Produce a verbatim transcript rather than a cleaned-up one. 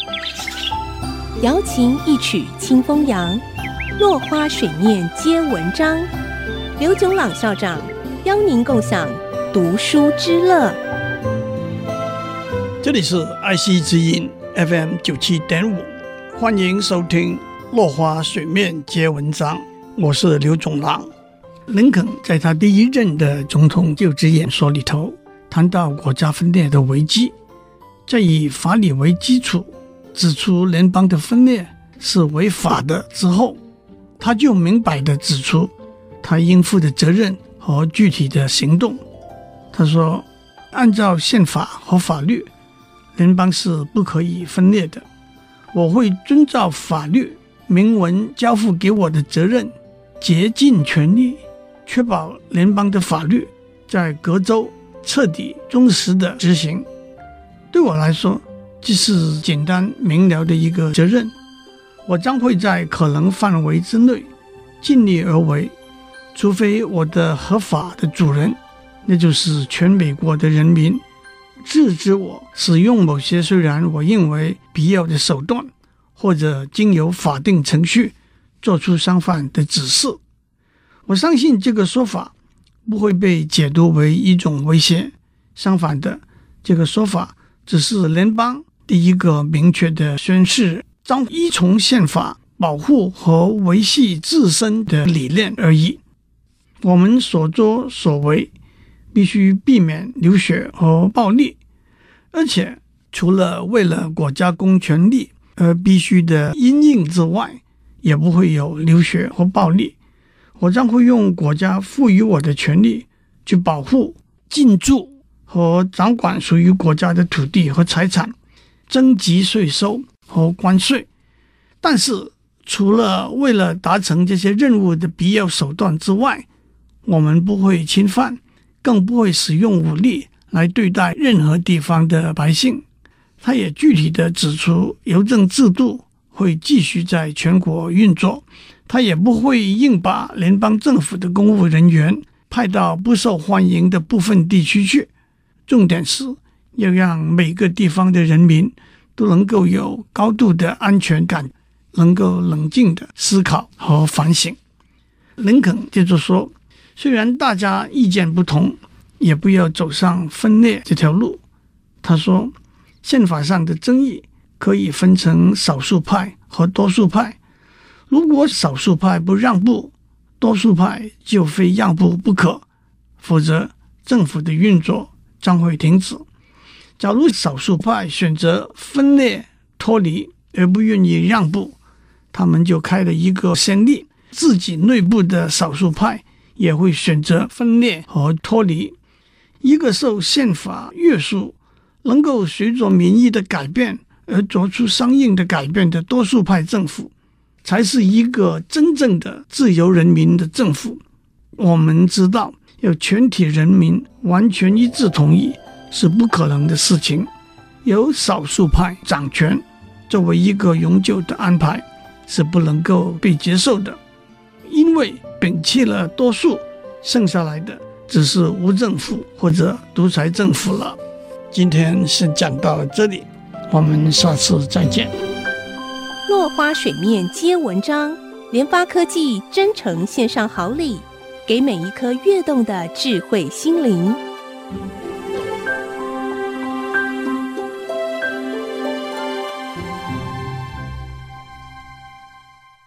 瑶琴一曲清风扬，落花水面皆文章。刘炯朗校长邀您共享读书之乐。 这里是爱惜之音 F M 九七点五，欢迎收听落花水面皆文章，我是刘炯朗。林肯在他第一任的总统就职演说里头谈到国家分裂的危机，在以法理为基础指出联邦的分裂是违法的之后，他就明白地指出他应负的责任和具体的行动。他说，按照宪法和法律，联邦是不可以分裂的，我会遵照法律明文交付给我的责任，竭尽全力确保联邦的法律在各州彻底忠实的执行。对我来说，这是简单明了的一个责任，我将会在可能范围之内尽力而为，除非我的合法的主人，那就是全美国的人民，制止我使用某些虽然我认为必要的手段，或者经由法定程序做出相反的指示。我相信这个说法不会被解读为一种威胁，相反的，这个说法只是联邦第一个明确的宣示将依从宪法保护和维系自身的理念而已。我们所作所为必须避免流血和暴力，而且除了为了国家公权力而必须的因应之外，也不会有流血和暴力。我将会用国家赋予我的权利去保护、进驻和掌管属于国家的土地和财产，征集税收和关税。但是除了为了达成这些任务的必要手段之外，我们不会侵犯，更不会使用武力来对待任何地方的百姓。他也具体地指出，邮政制度会继续在全国运作，他也不会硬把联邦政府的公务人员派到不受欢迎的部分地区去。重点是要让每个地方的人民都能够有高度的安全感，能够冷静地思考和反省。林肯接着说，虽然大家意见不同，也不要走上分裂这条路。他说，宪法上的争议可以分成少数派和多数派，如果少数派不让步，多数派就非让步不可，否则政府的运作将会停止。假如少数派选择分裂脱离而不愿意让步，他们就开了一个先例，自己内部的少数派也会选择分裂和脱离。一个受宪法约束，能够随着民意的改变而做出相应的改变的多数派政府，才是一个真正的自由人民的政府。我们知道，要全体人民完全一致同意是不可能的事情，由少数派掌权作为一个永久的安排是不能够被接受的，因为摒弃了多数，剩下来的只是无政府或者独裁政府了。今天先讲到这里，我们下次再见。 落花水面皆文章，联发科技真诚献上好礼，给每一颗跃动的智慧心灵。